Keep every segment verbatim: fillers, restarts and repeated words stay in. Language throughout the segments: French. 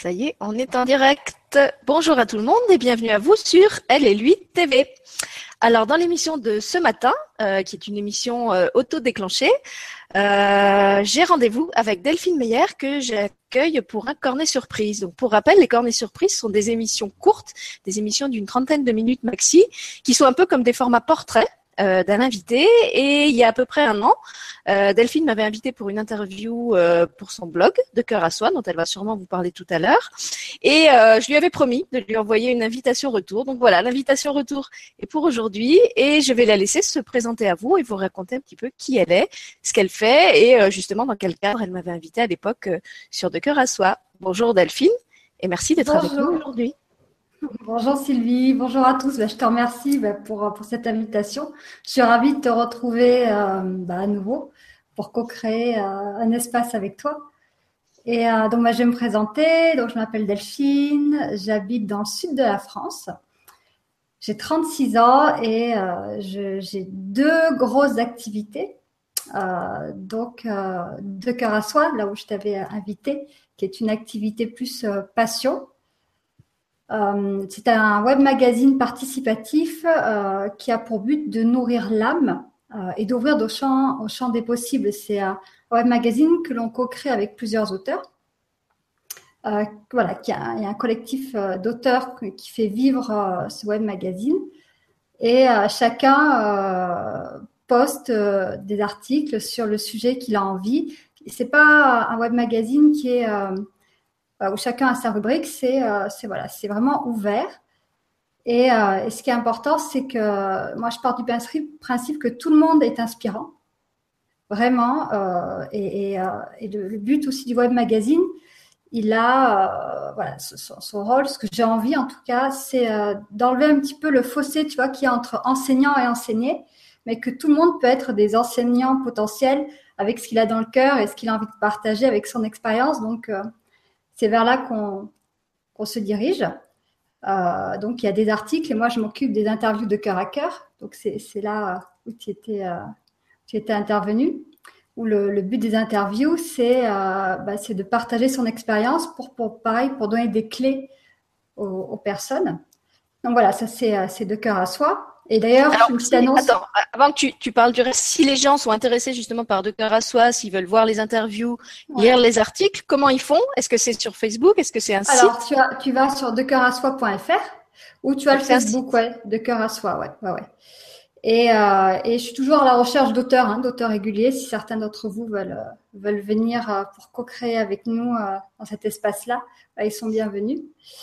Ça y est, on est en direct. Bonjour à tout le monde et bienvenue à vous sur Elle et lui T V. Alors, dans l'émission de ce matin, euh, qui est une émission euh, auto-déclenchée, euh, j'ai rendez-vous avec Delphine Meyer que j'accueille pour un cornet surprise. Donc, pour rappel, les cornets surprises sont des émissions courtes, des émissions d'une trentaine de minutes maxi, qui sont un peu comme des formats portraits euh, d'un invité. Et il y a à peu près un an, euh, Delphine m'avait invité pour une interview euh, pour son blog De Cœur à Soi, dont elle va sûrement vous parler tout à l'heure. Et euh, je lui avais promis de lui envoyer une invitation retour. Donc voilà, l'invitation retour est pour aujourd'hui et je vais la laisser se présenter à vous et vous raconter un petit peu qui elle est, ce qu'elle fait et euh, justement dans quel cadre elle m'avait invité à l'époque euh, sur De Cœur à Soi. Bonjour Delphine et merci d'être Bonjour. avec nous aujourd'hui. Bonjour Sylvie, bonjour à tous. Bah, je te remercie bah, pour, pour cette invitation. Je suis ravie de te retrouver euh, bah, à nouveau pour co-créer euh, un espace avec toi. Et euh, donc, bah, je vais me présenter. Donc, je m'appelle Delphine, j'habite dans le sud de la France. J'ai trente-six ans et euh, je, j'ai deux grosses activités. Euh, donc, euh, De Cœur à Soi, là où je t'avais invité, qui est une activité plus euh, passion. Euh, c'est un web magazine participatif euh, qui a pour but de nourrir l'âme euh, et d'ouvrir au champ, au champ des possibles. C'est un web magazine que l'on co-crée avec plusieurs auteurs. Euh, voilà, il y, y a un collectif euh, d'auteurs qui fait vivre euh, ce web magazine et euh, chacun euh, poste euh, des articles sur le sujet qu'il a envie. C'est pas un web magazine qui est euh, où chacun a sa rubrique, c'est euh, c'est voilà, c'est vraiment ouvert. Et, euh, et ce qui est important, c'est que moi, je pars du principe que tout le monde est inspirant, vraiment. Euh, et et, euh, et le, le but aussi du web magazine, il a euh, voilà son, son rôle, ce que j'ai envie en tout cas, c'est euh, d'enlever un petit peu le fossé, tu vois, qu'il y a entre enseignant et enseigné, mais que tout le monde peut être des enseignants potentiels avec ce qu'il a dans le cœur et ce qu'il a envie de partager avec son expérience. Donc, euh, c'est vers là qu'on qu'on se dirige. Euh, donc, il y a des articles et moi, je m'occupe des interviews de cœur à cœur. Donc, c'est, c'est là où tu étais, euh, tu étais intervenu. Où le, le but des interviews, c'est, euh, bah, c'est de partager son expérience pour, pour, pareil, pour donner des clés aux, aux personnes. Donc, voilà, ça, c'est, c'est de cœur à soi. Et d'ailleurs, Alors, une petite si, annonce. attends, avant que tu, tu parles du reste, si les gens sont intéressés justement par De Cœur à Soi, s'ils veulent voir les interviews, Ouais. lire les articles, comment ils font? Est-ce que c'est sur Facebook? Est-ce que c'est un Alors, site? tu, as, tu vas sur de cœur à soi point f r ou tu as Donc, le c'est un site. Facebook, ouais, De Cœur à Soi, ouais, ouais, ouais. Et, euh, et je suis toujours à la recherche d'auteurs, hein, d'auteurs réguliers. Si certains d'entre vous veulent, euh, veulent venir euh, pour co-créer avec nous euh, dans cet espace-là, bah, ils sont bienvenus.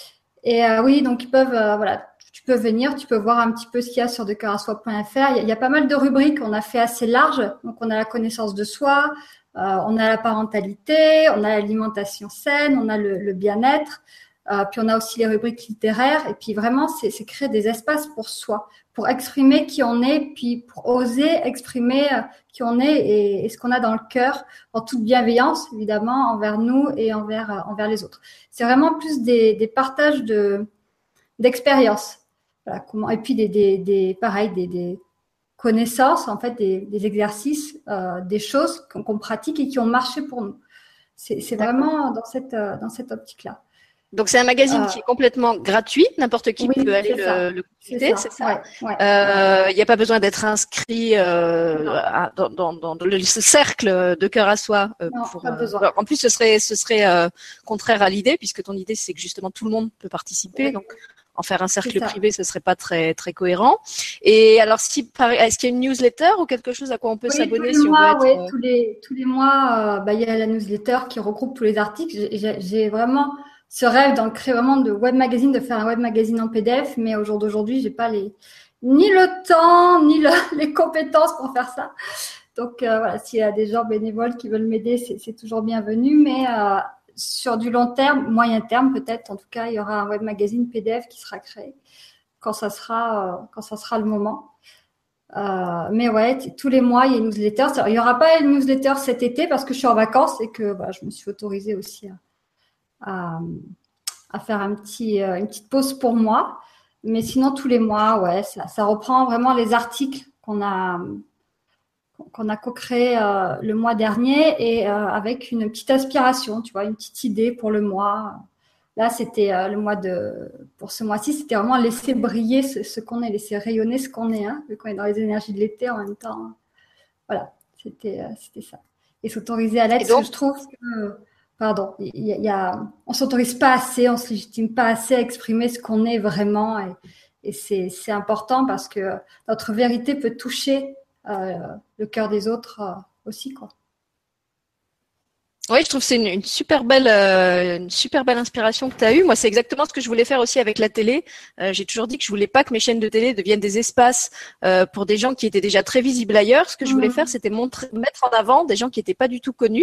Et euh, oui, donc ils peuvent, euh, voilà, tu peux venir, tu peux voir un petit peu ce qu'il y a sur de cœur à soi point f r. Il y, a, il y a pas mal de rubriques. On a fait assez large. Donc on a la connaissance de soi, euh, on a la parentalité, on a l'alimentation saine, on a le, le bien-être. Euh, puis on a aussi les rubriques littéraires. Et puis vraiment, c'est, c'est créer des espaces pour soi, pour exprimer qui on est, puis pour oser exprimer euh, qui on est et, et ce qu'on a dans le cœur, en toute bienveillance évidemment envers nous et envers euh, envers les autres. C'est vraiment plus des, des partages de d'expériences. Voilà, comment, et puis des, des, des pareil des, des connaissances en fait, des, des exercices, euh, des choses qu'on, qu'on pratique et qui ont marché pour nous. C'est, c'est D'accord. vraiment dans cette euh, dans cette optique-là. Donc, c'est un magazine Euh, qui est complètement gratuit. N'importe qui peut oui, aller c'est le, ça. le C'est consulter, c'est ça. ça? Ouais, ouais, ouais. Euh, Il n'y a pas besoin d'être inscrit euh, Non, à- dans, dans, dans le cercle De Cœur à Soi. Euh, non, pour, pas euh, besoin. en plus, ce serait, ce serait euh, contraire à l'idée, puisque ton idée, c'est que justement tout le monde peut participer. Oui, Donc, en faire un c'est cercle ça. privé, ce serait pas très, très cohérent. Et alors, si, par- est-ce qu'il y a une newsletter ou quelque chose à quoi on peut Oui, tous s'abonner les si on veut mois, être… oui, euh, tous les tous les mois, euh, bah, il y a la newsletter qui regroupe tous les articles. J'ai, j'ai j'ai vraiment ce rêve d'en créer vraiment de web magazine, de faire un web magazine en P D F, mais au jour d'aujourd'hui, j'ai pas les ni le temps ni le, les compétences pour faire ça. Donc euh, voilà, s'il y a des gens bénévoles qui veulent m'aider, c'est, c'est toujours bienvenu. Mais euh, sur du long terme, moyen terme peut-être, en tout cas, il y aura un web magazine P D F qui sera créé quand ça sera euh, quand ça sera le moment. Euh, mais ouais, t- tous les mois, il y a une newsletter. C'est- Il n'y aura pas une newsletter cet été parce que je suis en vacances et que bah, je me suis autorisée aussi à, à, à faire un petit, euh, une petite pause pour moi. Mais sinon, tous les mois, ouais, ça, ça reprend vraiment les articles qu'on a, qu'on a co-créé euh, le mois dernier et euh, avec une petite aspiration, tu vois, une petite idée pour le mois. Là, c'était euh, le mois de, pour ce mois-ci, c'était vraiment laisser briller ce, ce qu'on est, laisser rayonner ce qu'on est, hein, vu qu'on est dans les énergies de l'été en même temps. Hein. Voilà, c'était, euh, c'était ça. Et s'autoriser à l'être, parce que je trouve que, pardon, il y, y a, on s'autorise pas assez, on se légitime pas assez à exprimer ce qu'on est vraiment, et, et c'est, c'est important parce que notre vérité peut toucher euh, le cœur des autres euh, aussi, quoi. Oui, je trouve que c'est une, une super belle, euh, une super belle inspiration que tu as eue. Moi, c'est exactement ce que je voulais faire aussi avec la télé. Euh, j'ai toujours dit que je voulais pas que mes chaînes de télé deviennent des espaces euh, pour des gens qui étaient déjà très visibles ailleurs. Ce que je voulais Mmh. faire, c'était montrer, mettre en avant des gens qui n'étaient pas du tout connus,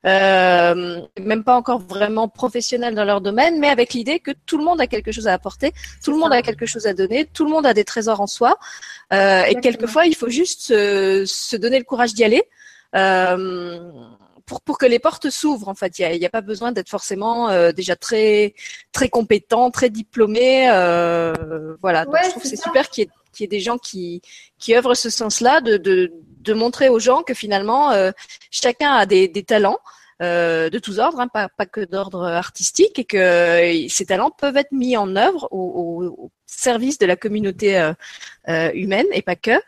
euh, même pas encore vraiment professionnels dans leur domaine, mais avec l'idée que tout le monde a quelque chose à apporter, tout le monde a quelque chose à donner, tout le monde a des trésors en soi, euh, et quelquefois, il faut juste se, se donner le courage d'y aller. Euh, Pour, pour que les portes s'ouvrent, en fait, il n'y a, a pas besoin d'être forcément euh, déjà très très compétent, très diplômé. Euh, voilà, donc Ouais, je trouve que c'est c'est ça. super qu'il y ait, qu'il y ait des gens qui qui œuvrent ce sens-là, de de de montrer aux gens que finalement euh, chacun a des des talents. Euh, de tous ordres, hein, pas, pas que d'ordre artistique, et que euh, ces talents peuvent être mis en œuvre au, au, au service de la communauté euh, euh, humaine et pas que.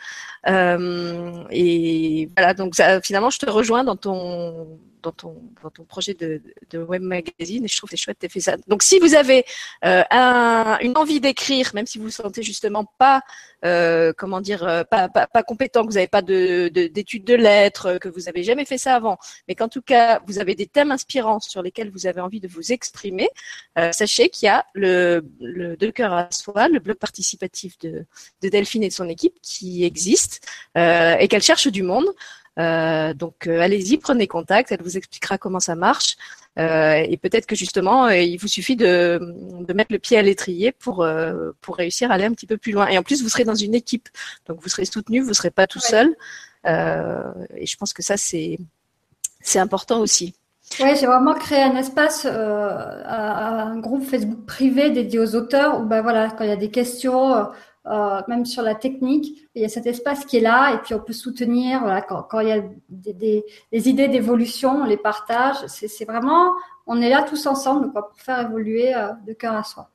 Euh, et voilà, donc ça, finalement, je te rejoins dans ton dans ton dans ton projet de, de web magazine, et je trouve que c'est chouette que tu aies fait ça. Donc, si vous avez euh, un, une envie d'écrire, même si vous vous sentez justement pas euh, comment dire euh, pas, pas pas compétent, que vous n'avez pas de, de d'études de lettres, que vous avez jamais fait ça avant, mais qu'en tout cas vous avez des thèmes inspirants sur lesquels vous avez envie de vous exprimer, euh, sachez qu'il y a le, le De cœur à soi, le blog participatif de, de Delphine et de son équipe qui existe euh, et qu'elle cherche du monde. Euh, donc euh, allez-y, prenez contact, elle vous expliquera comment ça marche. Euh, et peut-être que justement, euh, il vous suffit de, de mettre le pied à l'étrier pour euh, pour réussir à aller un petit peu plus loin. Et en plus, vous serez dans une équipe, donc vous serez soutenu, vous serez pas tout Ouais. seul. Euh, et je pense que ça, c'est c'est important aussi. Ouais, j'ai vraiment créé un espace, euh, à- à un groupe Facebook privé dédié aux auteurs où, ben voilà, quand il y a des questions, euh, euh, même sur la technique, il y a cet espace qui est là et puis on peut soutenir, voilà, quand, quand il y a des, des, des idées d'évolution, on les partage. C'est, c'est vraiment, on est là tous ensemble, quoi, pour faire évoluer euh, de cœur à soi.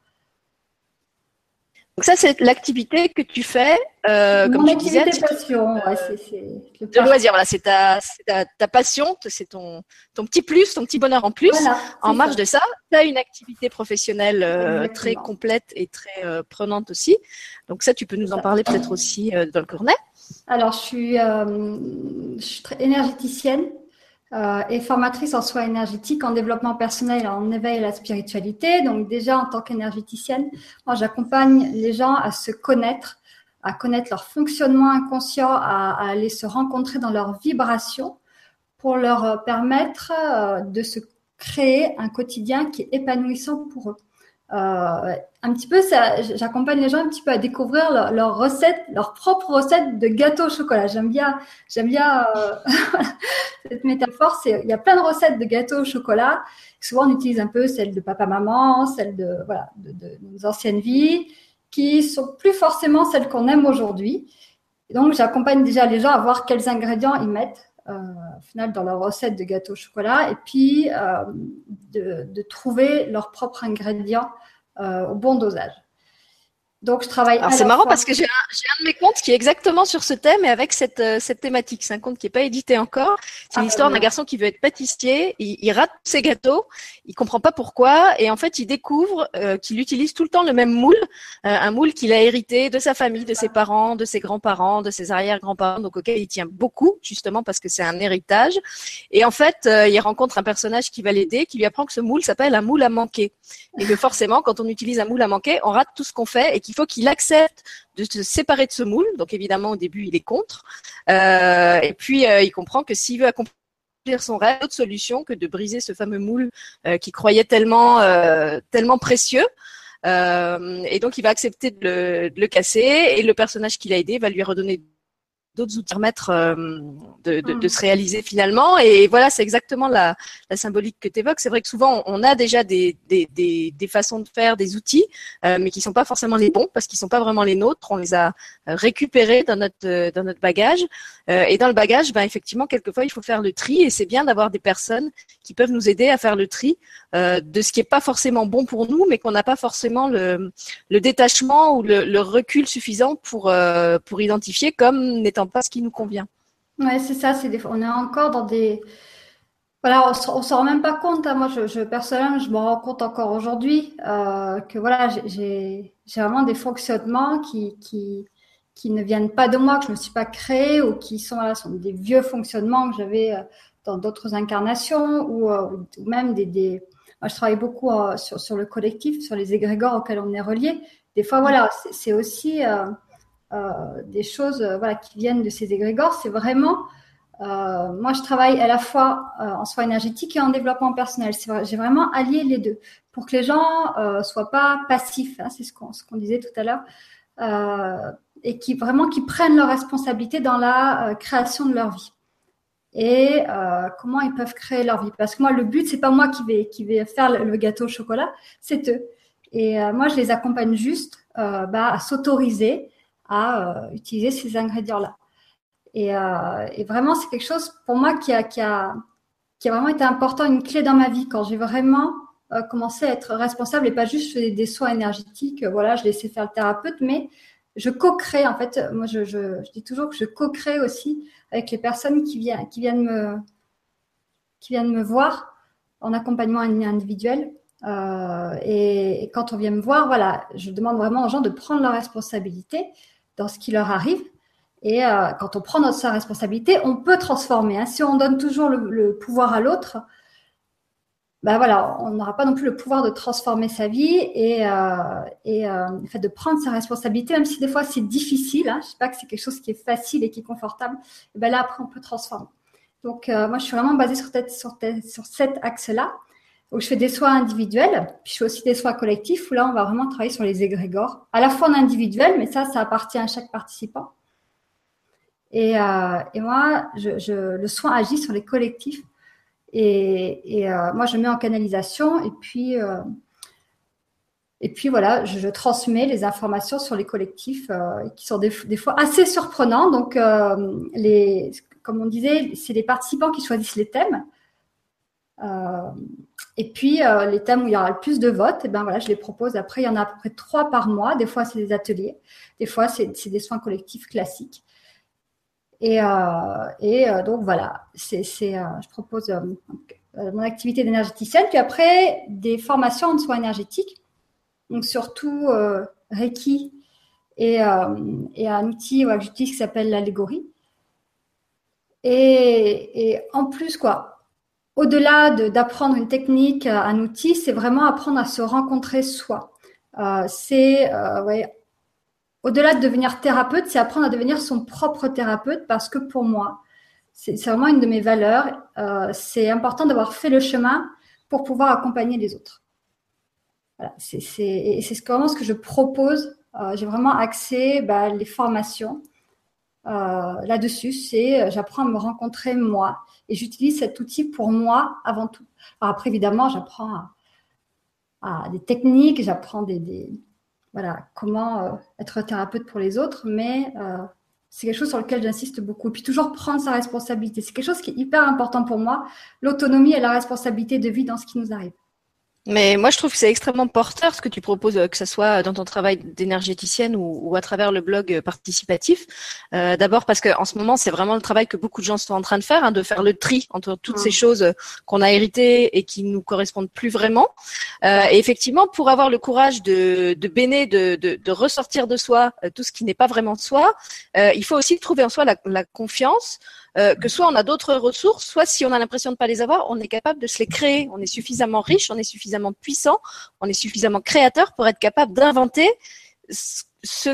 Donc ça, c'est l'activité que tu fais, euh, comme Mon tu disais, activité passion, ouais, c'est, c'est le de par- loisir. Voilà, c'est ta, c'est ta, ta passion, c'est ton, ton petit plus, ton petit bonheur en plus. Voilà, En c'est marge ça. de ça, tu as une activité professionnelle euh, très Exactement. complète et très euh, prenante aussi. Donc ça, tu peux nous C'est en ça. parler peut-être aussi euh, dans le cornet. Alors, je suis, euh, je suis très énergéticienne euh, et formatrice en soins énergétiques, en développement personnel, en éveil à la spiritualité. Donc, déjà, en tant qu'énergéticienne, moi, j'accompagne les gens à se connaître, à connaître leur fonctionnement inconscient, à, à aller se rencontrer dans leur vibration pour leur permettre euh, de se créer un quotidien qui est épanouissant pour eux. Euh, un petit peu, ça, j'accompagne les gens un petit peu à découvrir leur, leur recette, leur propre recette de gâteau au chocolat. J'aime bien, j'aime bien euh, cette métaphore. C'est, il y a plein de recettes de gâteaux au chocolat. Souvent, on utilise un peu celles de papa-maman, celles de voilà, de, de, de nos anciennes vies, qui sont plus forcément celles qu'on aime aujourd'hui. Et donc, j'accompagne déjà les gens à voir quels ingrédients ils mettent. Euh, au final dans leur recette de gâteau au chocolat et puis euh, de, de trouver leurs propres ingrédients euh, au bon dosage. Donc, je travaille Alors à c'est la marrant fois. parce que j'ai un, j'ai un de mes comptes qui est exactement sur ce thème et avec cette, euh, cette thématique. C'est un compte qui n'est pas édité encore. C'est Ah, l'histoire d'un voilà. garçon qui veut être pâtissier. Il, il rate ses gâteaux, il comprend pas pourquoi et en fait il découvre euh, qu'il utilise tout le temps le même moule, euh, un moule qu'il a hérité de sa famille, de ses parents, de ses grands-parents, de ses arrière-grands-parents, donc auquel il tient beaucoup justement parce que c'est un héritage. Et en fait euh, il rencontre un personnage qui va l'aider, qui lui apprend que ce moule s'appelle un moule à manquer et que forcément quand on utilise un moule à manquer, on rate tout ce qu'on fait et qu'il faut qu'il accepte de se séparer de ce moule. Donc évidemment au début il est contre euh, et puis euh, il comprend que s'il veut accomplir son rêve, autre solution que de briser ce fameux moule euh, qu'il croyait tellement euh, tellement précieux. Euh, et donc il va accepter de le, de le casser et le personnage qui l'a aidé va lui redonner d'autres outils permettre euh, de, de, de se réaliser finalement. Et voilà, c'est exactement la, la symbolique que tu évoques. C'est vrai que souvent, on a déjà des, des, des, des façons de faire, des outils, euh, mais qui sont pas forcément les bons parce qu'ils sont pas vraiment les nôtres. On les a récupérés dans notre, dans notre bagage. Euh, et dans le bagage, ben, effectivement, quelquefois, il faut faire le tri et c'est bien d'avoir des personnes qui peuvent nous aider à faire le tri euh, de ce qui est pas forcément bon pour nous, mais qu'on n'a pas forcément le, le détachement ou le, le recul suffisant pour, euh, pour identifier comme n'étant pas ce qui nous convient. Ouais, c'est ça. C'est des... On est encore dans des. Voilà, on se, on s'en rend même pas compte. Hein. Moi, je, je personnellement, je me rends compte encore aujourd'hui euh, que voilà, j'ai, j'ai j'ai vraiment des fonctionnements qui, qui, qui ne viennent pas de moi, que je ne me suis pas créé ou qui sont, voilà, sont des vieux fonctionnements que j'avais euh, dans d'autres incarnations ou, euh, ou même des, des. Moi, je travaille beaucoup euh, sur, sur le collectif, sur les égrégores auxquels on est relié. Des fois, voilà, c'est, c'est aussi euh, euh, des choses euh, voilà, qui viennent de ces égrégores. C'est vraiment. Euh, moi, je travaille à la fois euh, en soins énergétiques et en développement personnel. C'est vrai, j'ai vraiment allié les deux pour que les gens euh, soient pas passifs. Hein, c'est ce qu'on, ce qu'on disait tout à l'heure, euh, et qui vraiment qui prennent leurs responsabilités dans la euh, création de leur vie et euh, comment ils peuvent créer leur vie. Parce que moi, le but, c'est pas moi qui vais qui vais faire le, le gâteau au chocolat, c'est eux. Et euh, moi, je les accompagne juste euh, bah, à s'autoriser à euh, utiliser ces ingrédients-là. Et, euh, et vraiment, c'est quelque chose pour moi qui a, qui, a, qui a vraiment été important, une clé dans ma vie quand j'ai vraiment euh, commencé à être responsable et pas juste des, des soins énergétiques. Euh, voilà, je laissais faire le thérapeute, mais je co-crée. En fait, moi, je, je, je dis toujours que je co-crée aussi avec les personnes qui viennent, qui viennent, me, qui viennent me voir en accompagnement individuel. Euh, et, et quand on vient me voir, voilà, je demande vraiment aux gens de prendre leurs responsabilités dans ce qui leur arrive. Et euh, quand on prend notre sa responsabilité, on peut transformer. Hein. Si on donne toujours le, le pouvoir à l'autre, ben voilà, on n'aura pas non plus le pouvoir de transformer sa vie et, euh, et euh, le fait de prendre sa responsabilité, même si des fois c'est difficile. Hein, je ne sais pas que c'est quelque chose qui est facile et qui est confortable. Et ben là après on peut transformer. Donc euh, moi je suis vraiment basée sur, tête, sur, tête, sur cet axe-là. Donc je fais des soins individuels, puis je fais aussi des soins collectifs où là on va vraiment travailler sur les égrégores, à la fois en individuel, mais ça ça appartient à chaque participant. Et, euh, et moi, je, je, le soin agit sur les collectifs. Et, et euh, moi, je mets en canalisation. Et puis, euh, et puis voilà, je, je transmets les informations sur les collectifs euh, qui sont des, des fois assez surprenants. Donc, euh, les, comme on disait, c'est les participants qui choisissent les thèmes. Euh, et puis, euh, les thèmes où il y aura le plus de votes, et ben voilà, je les propose. Après, il y en a à peu près trois par mois. Des fois, c'est des ateliers. Des fois, c'est, c'est des soins collectifs classiques. Et, euh, et euh, donc voilà, c'est, c'est, euh, je propose euh, mon activité d'énergéticienne, puis après des formations en soins énergétiques, donc surtout euh, Reiki et, euh, et un outil ouais, que j'utilise qui s'appelle l'allégorie. Et, et en plus, quoi, au-delà de, d'apprendre une technique, un outil, c'est vraiment apprendre à se rencontrer soi. Euh, c'est euh, ouais, au-delà de devenir thérapeute, c'est apprendre à devenir son propre thérapeute parce que pour moi, c'est, c'est vraiment une de mes valeurs. Euh, c'est important d'avoir fait le chemin pour pouvoir accompagner les autres. Voilà, c'est, c'est, et c'est vraiment ce que je propose. Euh, j'ai vraiment axé bah, les formations euh, là-dessus. C'est j'apprends à me rencontrer moi et j'utilise cet outil pour moi avant tout. Alors après, évidemment, j'apprends à, à des techniques, j'apprends des... des Voilà, comment euh, être thérapeute pour les autres, mais euh, c'est quelque chose sur lequel j'insiste beaucoup. Et puis toujours prendre sa responsabilité. C'est quelque chose qui est hyper important pour moi, l'autonomie et la responsabilité de vie dans ce qui nous arrive. Mais moi, je trouve que c'est extrêmement porteur ce que tu proposes, que ce soit dans ton travail d'énergéticienne ou, ou à travers le blog participatif. Euh, d'abord parce que en ce moment, c'est vraiment le travail que beaucoup de gens sont en train de faire, hein, de faire le tri entre toutes mmh. ces choses qu'on a héritées et qui nous correspondent plus vraiment. Euh, et effectivement, pour avoir le courage de, de béner, de, de, de ressortir de soi tout ce qui n'est pas vraiment de soi, euh, il faut aussi trouver en soi la, la confiance. Euh, que soit on a d'autres ressources, soit si on a l'impression de ne pas les avoir, on est capable de se les créer. On est suffisamment riche, on est suffisamment puissant, on est suffisamment créateur pour être capable d'inventer ce,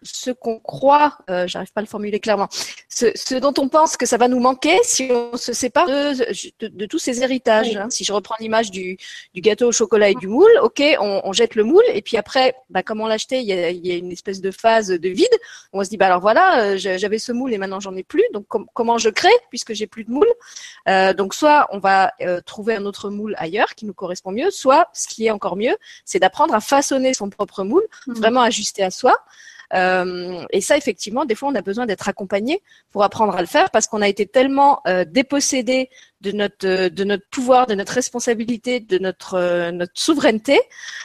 ce qu'on croit, euh, j'arrive pas à le formuler clairement, ce, ce dont on pense que ça va nous manquer si on se sépare de, de, de tous ces héritages. Oui. Hein. Si je reprends l'image du, du gâteau au chocolat et du moule, ok, on, on jette le moule et puis après, bah, comme on l'a acheté, il y a, il y a une espèce de phase de vide. On se dit, bah alors voilà, euh, j'avais ce moule et maintenant j'en ai plus, donc com- comment je crée puisque j'ai plus de moule. Euh, donc soit on va euh, trouver un autre moule ailleurs qui nous correspond mieux, soit ce qui est encore mieux, c'est d'apprendre à façonner son propre moule, mmh. vraiment ajusté à soi. Euh, et ça, effectivement, des fois, on a besoin d'être accompagné pour apprendre à le faire parce qu'on a été tellement euh, dépossédé de notre de notre pouvoir, de notre responsabilité, de notre euh, notre souveraineté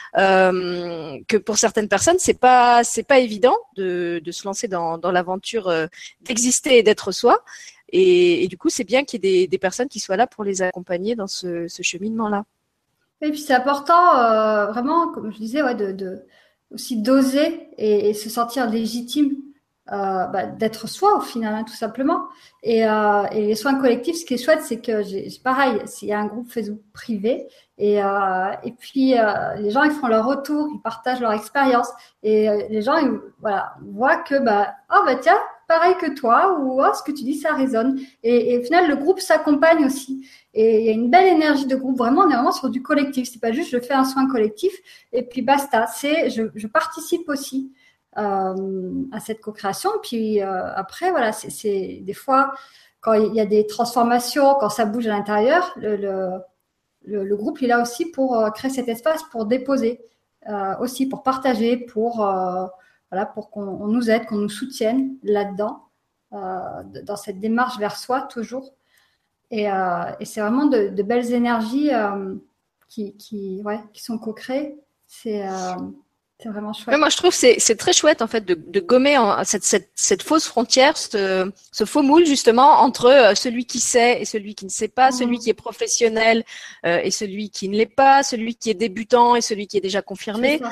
euh, que pour certaines personnes, c'est pas c'est pas évident de de se lancer dans dans l'aventure euh, d'exister et d'être soi. Et, et du coup, c'est bien qu'il y ait des, des personnes qui soient là pour les accompagner dans ce, ce cheminement-là. Et puis c'est important, euh, vraiment, comme je disais, ouais, de, de aussi d'oser et, et se sentir légitime, euh, bah, d'être soi au final, hein, tout simplement. Et, euh, et les soins collectifs, ce qui est chouette, c'est que j'ai, j'ai pareil, il y a un groupe Facebook privé et, euh, et puis euh, les gens ils font leur retour, ils partagent leur expérience et euh, les gens ils, voilà, voient que bah oh bah tiens, pareil que toi ou oh, ce que tu dis ça résonne et, et au final le groupe s'accompagne aussi. Et il y a une belle énergie de groupe. Vraiment, on est vraiment sur du collectif. C'est pas juste je fais un soin collectif et puis basta. C'est je, je participe aussi euh, à cette co-création. Puis euh, après, voilà, c'est, c'est des fois quand il y a des transformations, quand ça bouge à l'intérieur, le, le, le, le groupe il est là aussi pour euh, créer cet espace, pour déposer, euh, aussi pour partager, pour euh, voilà, pour qu'on on nous aide, qu'on nous soutienne là-dedans, euh, dans cette démarche vers soi toujours. Et, euh, et c'est vraiment de, de belles énergies euh, qui, qui, ouais, qui sont co-créées. C'est, euh, c'est vraiment chouette. Mais moi, je trouve que c'est, c'est très chouette en fait de, de gommer en, cette, cette, cette fausse frontière, ce, ce faux moule justement entre celui qui sait et celui qui ne sait pas, mmh. celui qui est professionnel euh, et celui qui ne l'est pas, celui qui est débutant et celui qui est déjà confirmé.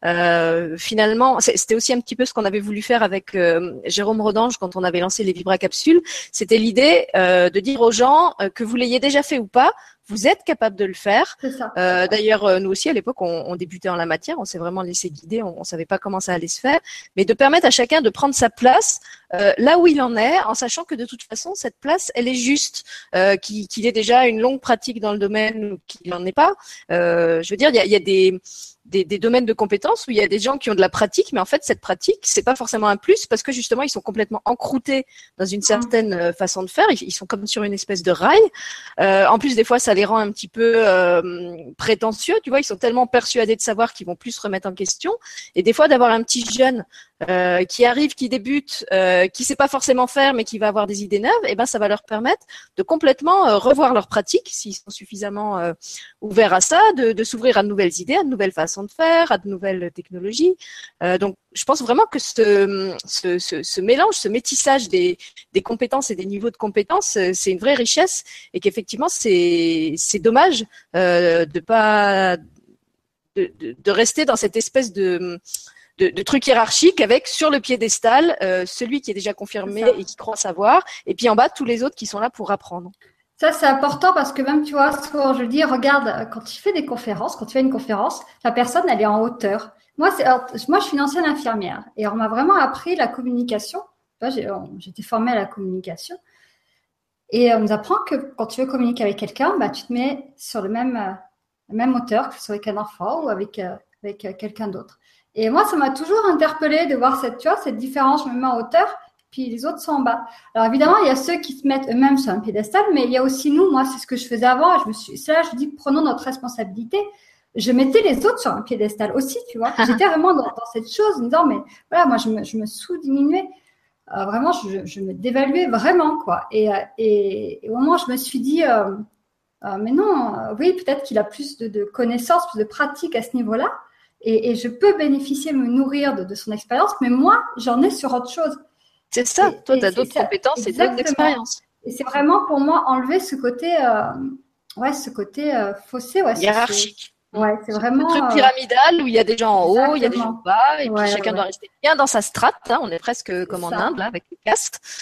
Euh, finalement, c'était aussi un petit peu ce qu'on avait voulu faire avec euh, Jérôme Rodange quand on avait lancé les Vibra Capsules. C'était l'idée euh, de dire aux gens euh, que vous l'ayez déjà fait ou pas, vous êtes capable de le faire. C'est ça. Euh, d'ailleurs, euh, nous aussi à l'époque, on, on débutait en la matière, on s'est vraiment laissé guider, on, on savait pas comment ça allait se faire, mais de permettre à chacun de prendre sa place euh, là où il en est, en sachant que de toute façon cette place, elle est juste, euh, qu'il, qu'il ait déjà une longue pratique dans le domaine ou qu'il n'en ait pas. Euh, je veux dire, il y a, il y a des Des, des domaines de compétences où il y a des gens qui ont de la pratique, mais en fait cette pratique c'est pas forcément un plus parce que justement ils sont complètement encroutés dans une certaine mmh. façon de faire. Ils, ils sont comme sur une espèce de rail. Euh, en plus des fois ça les rend un petit peu euh, prétentieux, tu vois. Ils sont tellement persuadés de savoir qu'ils vont plus se remettre en question. Et des fois d'avoir un petit jeune euh, qui arrive, qui débute, euh, qui sait pas forcément faire mais qui va avoir des idées neuves, et ben ça va leur permettre de complètement euh, revoir leur pratique s'ils sont suffisamment euh, ouverts à ça, de, de s'ouvrir à de nouvelles idées, à de nouvelles façons de faire, à de nouvelles technologies. Euh, donc, je pense vraiment que ce, ce, ce, ce mélange, ce métissage des, des compétences et des niveaux de compétences, c'est une vraie richesse et qu'effectivement, c'est, c'est dommage euh, de pas de, de, de rester dans cette espèce de De, de trucs hiérarchiques avec sur le piédestal euh, celui qui est déjà confirmé et qui croit savoir, et puis en bas tous les autres qui sont là pour apprendre. Ça, c'est important parce que même, tu vois, souvent je dis, regarde, quand tu fais des conférences, quand tu fais une conférence, la personne, elle est en hauteur. Moi, c'est, alors, moi, je suis une ancienne infirmière et on m'a vraiment appris la communication. J'ai, j'ai été formée à la communication et on nous apprend que quand tu veux communiquer avec quelqu'un, bah, tu te mets sur le même, euh, la même hauteur, que ce soit avec un enfant ou avec, euh, avec euh, quelqu'un d'autre. Et moi, ça m'a toujours interpellée de voir cette, tu vois, cette différence. Je me mets en hauteur, puis les autres sont en bas. Alors évidemment, il y a ceux qui se mettent eux-mêmes sur un piédestal, mais il y a aussi nous. Moi, c'est ce que je faisais avant. Je me suis, c'est là, je dis, prenons notre responsabilité. Je mettais les autres sur un piédestal aussi, tu vois. J'étais vraiment dans, dans cette chose, en disant, mais voilà, moi, je me, je me sous-diminuais. Euh, vraiment, je, je me dévaluais vraiment, quoi. Et, et, et au moment, je me suis dit, euh, euh, mais non, euh, oui, peut-être qu'il a plus de, de connaissances, plus de pratique à ce niveau-là. Et, et je peux bénéficier, me nourrir de, de son expérience, mais moi, j'en ai sur autre chose. C'est ça, et, toi, tu as d'autres ça. compétences Exactement. Et d'autres expériences. Et c'est vraiment pour moi enlever ce côté, euh, ouais, ce côté euh, faussé. Ouais, hiérarchique. C'est, ouais, c'est vraiment. Un truc pyramidal où il y a des gens en haut, Exactement. Il y a des gens en bas, et ouais, puis chacun ouais. doit rester bien dans sa strate. Hein, on est presque c'est comme ça. En Inde, là, avec les castes.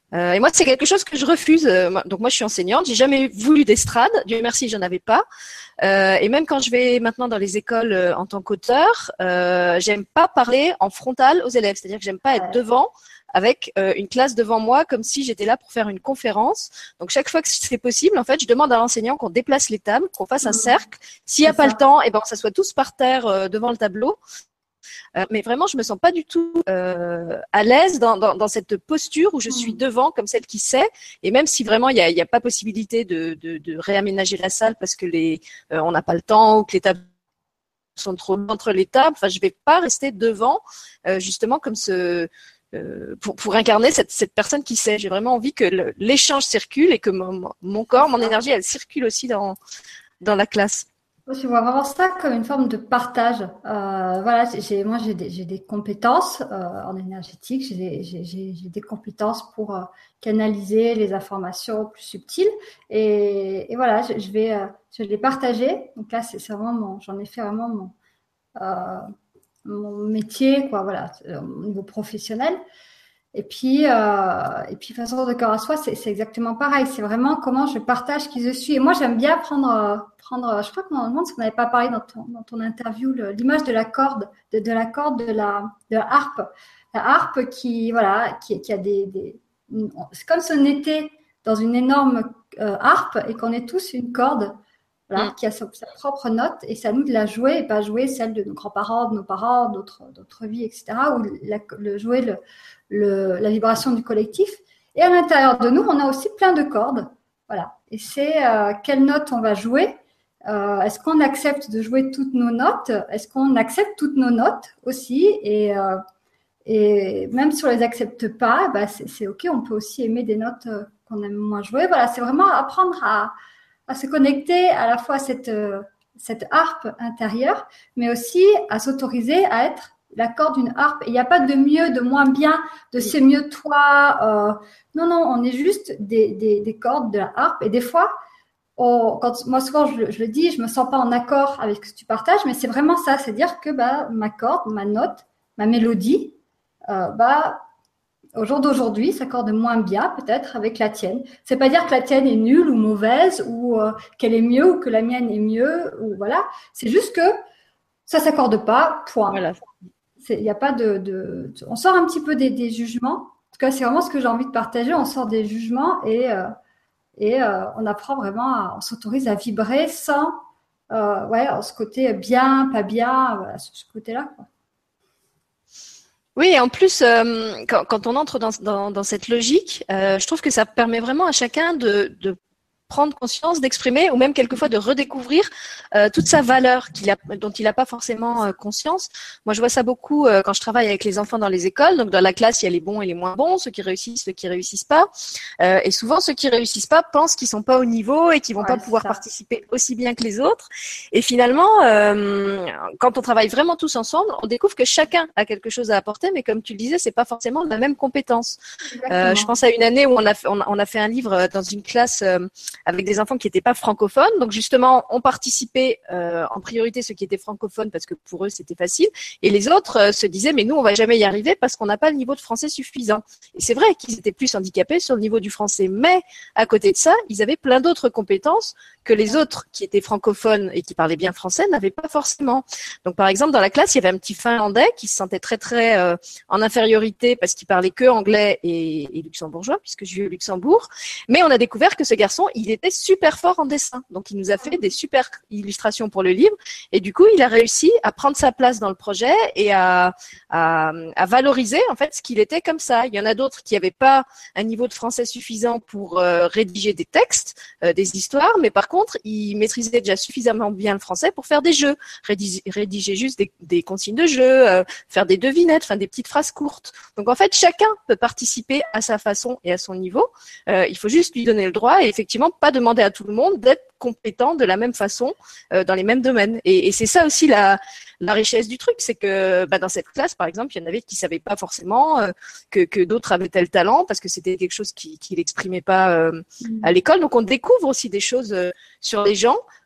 Euh, et moi, c'est quelque chose que je refuse. Donc moi, je suis enseignante. J'ai jamais voulu d'estrade. Dieu merci, j'en avais pas. Euh, et même quand je vais maintenant dans les écoles euh, en tant qu'auteur, euh, j'aime pas parler en frontal aux élèves. C'est-à-dire que j'aime pas être devant avec euh, une classe devant moi comme si j'étais là pour faire une conférence. Donc chaque fois que c'est possible, en fait, je demande à l'enseignant qu'on déplace les tables, qu'on fasse un cercle. S'il y a pas le temps, et ben, on s'assoit tous par terre euh, devant le tableau. Euh, mais vraiment, je me sens pas du tout euh, à l'aise dans, dans, dans cette posture où je suis devant comme celle qui sait. Et même si vraiment il y a, il y a pas possibilité de, de, de réaménager la salle parce que les, euh, on n'a pas le temps ou que les tables sont trop loin entre les tables. Enfin, je vais pas rester devant euh, justement comme ce euh, pour, pour incarner cette, cette personne qui sait. J'ai vraiment envie que le, l'échange circule et que mon, mon corps, mon énergie, elle circule aussi dans dans la classe. Je vois vraiment ça comme une forme de partage. Euh, voilà, j'ai, moi j'ai des, j'ai des compétences euh, en énergétique, j'ai des, j'ai, j'ai, j'ai des compétences pour euh, canaliser les informations plus subtiles. Et, et voilà, je, je vais, euh, je vais les partager. Donc là, c'est, c'est vraiment mon, j'en ai fait vraiment mon, euh, mon métier, quoi. Voilà, au niveau professionnel. Et puis, euh, et puis façon de cœur à soi, c'est, c'est exactement pareil. C'est vraiment comment je partage qui je suis. Et moi, j'aime bien prendre, prendre. Je crois que normalement, ce qu'on n'avait pas parlé dans ton, dans ton interview, le, l'image de la corde, de, de la corde de la, de la harpe, la harpe qui, voilà, qui, qui a des, des. C'est comme si on était dans une énorme euh, harpe et qu'on est tous une corde. Voilà, mmh. qui a sa, sa propre note, et c'est à nous de la jouer et pas jouer celle de nos grands-parents, de nos parents, d'autres, d'autres vies, et cetera. Ou la, le, jouer le, le, la vibration du collectif. Et à l'intérieur de nous, on a aussi plein de cordes. Voilà. Et c'est euh, quelle note on va jouer. Euh, est-ce qu'on accepte de jouer toutes nos notes? Est-ce qu'on accepte toutes nos notes aussi? Et, euh, et même si on les accepte pas, bah c'est, c'est ok. On peut aussi aimer des notes qu'on aime moins jouer. Voilà, c'est vraiment apprendre à à se connecter à la fois à cette, euh, cette harpe intérieure, mais aussi à s'autoriser à être l'accord d'une harpe. Il n'y a pas de mieux, de moins bien, de c'est mieux toi. Euh, non, non, on est juste des, des, des cordes de la harpe. Et des fois, on, quand, moi souvent je, je le dis, je me sens pas en accord avec ce que tu partages, mais c'est vraiment ça, c'est dire que bah, ma corde, ma note, ma mélodie, euh, bah, au jour d'aujourd'hui, s'accorde moins bien peut-être avec la tienne. C'est pas dire que la tienne est nulle ou mauvaise ou euh, qu'elle est mieux ou que la mienne est mieux ou voilà. C'est juste que ça s'accorde pas. Point. Voilà. Il y a pas de, de, on sort un petit peu des, des jugements. En tout cas, c'est vraiment ce que j'ai envie de partager. On sort des jugements et euh, et euh, on apprend vraiment, à, on s'autorise à vibrer sans euh, ouais, ce côté bien, pas bien, voilà, ce, ce côté-là, quoi. Oui, et en plus, euh, quand, quand on entre dans, dans, dans cette logique, euh, je trouve que ça permet vraiment à chacun de, de prendre conscience, d'exprimer ou même quelquefois de redécouvrir euh, toute sa valeur qu'il a, dont il n'a pas forcément euh, conscience. Moi, je vois ça beaucoup euh, quand je travaille avec les enfants dans les écoles. Donc, dans la classe, il y a les bons et les moins bons, ceux qui réussissent, ceux qui réussissent pas. Euh, et souvent, ceux qui réussissent pas pensent qu'ils sont pas au niveau et qu'ils vont ouais, pas pouvoir ça. participer aussi bien que les autres. Et finalement, euh, quand on travaille vraiment tous ensemble, on découvre que chacun a quelque chose à apporter, mais comme tu le disais, c'est pas forcément la même compétence. Euh, je pense à une année où on a, on a, on a fait un livre dans une classe euh, avec des enfants qui n'étaient pas francophones. Donc justement, on participait euh, en priorité ceux qui étaient francophones parce que pour eux, c'était facile. Et les autres euh, se disaient, mais nous, on va jamais y arriver parce qu'on n'a pas le niveau de français suffisant. Et c'est vrai qu'ils étaient plus handicapés sur le niveau du français. Mais à côté de ça, ils avaient plein d'autres compétences que les autres qui étaient francophones et qui parlaient bien français n'avaient pas forcément. Donc par exemple, dans la classe, il y avait un petit Finlandais qui se sentait très très euh, en infériorité parce qu'il parlait que anglais et, et luxembourgeois, puisque je vis au Luxembourg. Mais on a découvert que ce garçon, il était super fort en dessin. Donc il nous a fait des super illustrations pour le livre. Et du coup, il a réussi à prendre sa place dans le projet et à, à, à valoriser en fait ce qu'il était comme ça. Il y en a d'autres qui n'avaient pas un niveau de français suffisant pour euh, rédiger des textes, euh, des histoires, mais par contre, ils maîtrisaient déjà suffisamment bien le français pour faire des jeux, rédiger, rédiger juste des, des consignes de jeu, euh, faire des devinettes, enfin des petites phrases courtes. Donc en fait, chacun peut participer à sa façon et à son niveau. Euh, il faut juste lui donner le droit et effectivement pas demander à tout le monde d'être compétent de la même façon euh, dans les mêmes domaines. Et, et c'est ça aussi la, la richesse du truc, c'est que bah, dans cette classe, par exemple, il y en avait qui savaient pas forcément euh, que, que d'autres avaient tel talent parce que c'était quelque chose qui, qui l'exprimait pas euh, à l'école. Donc on découvre aussi des choses euh, sur les gens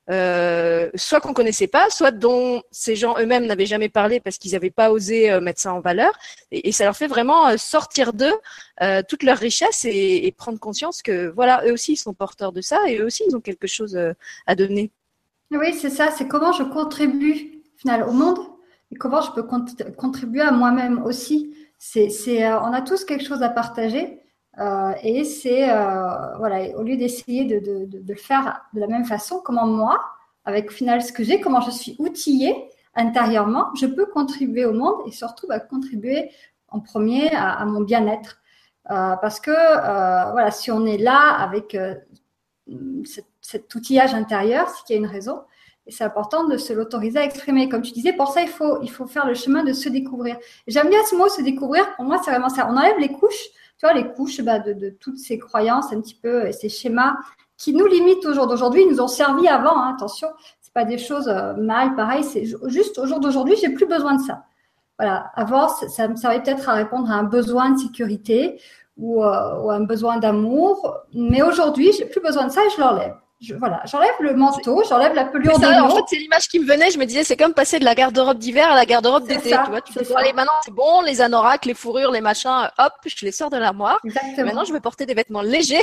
euh, soit qu'on connaissait pas, soit dont ces gens eux-mêmes n'avaient jamais parlé parce qu'ils n'avaient pas osé euh, mettre ça en valeur. Et, et ça leur fait vraiment euh, sortir d'eux euh, toute leur richesse et, et prendre conscience que voilà, eux aussi ils sont porteurs de ça et eux aussi ils ont quelque chose euh, à donner. Oui, c'est ça, c'est comment je contribue au final au monde et comment je peux cont- contribuer à moi-même aussi. C'est, c'est, euh, on a tous quelque chose à partager euh, et c'est, euh, voilà, au lieu d'essayer de, de, de, de le faire de la même façon, comment moi, avec au final ce que j'ai, comment je suis outillée intérieurement, je peux contribuer au monde et surtout bah, contribuer en premier à, à mon bien-être. Euh, parce que euh, voilà, si on est là avec euh, cet, cet outillage intérieur, c'est qu'il y a une raison. Et c'est important de se l'autoriser à exprimer. Comme tu disais, pour ça, il faut, il faut faire le chemin de se découvrir. Et j'aime bien ce mot, se découvrir. Pour moi, c'est vraiment ça. On enlève les couches, tu vois, les couches bah, de, de toutes ces croyances, un petit peu, et ces schémas qui nous limitent au jour d'aujourd'hui, ils nous ont servi avant. Hein, attention, c'est pas des choses euh, mal, pareil. C'est juste au jour d'aujourd'hui, j'ai plus besoin de ça. Voilà. Avant, ça, ça me servait peut-être à répondre à un besoin de sécurité ou, euh, ou un besoin d'amour. Mais aujourd'hui, j'ai plus besoin de ça et je l'enlève. Je, voilà, j'enlève le manteau, j'enlève la pelure de Ça, en lion. fait, c'est l'image qui me venait. Je me disais, c'est comme passer de la garde-robe d'hiver à la garde-robe C'est d'été. ça, Tu vois, tu c'est peux ça. aller maintenant, c'est bon, les anoraks, les fourrures, les machins, hop, je les sors de l'armoire. Et maintenant, Exactement. je vais porter des vêtements légers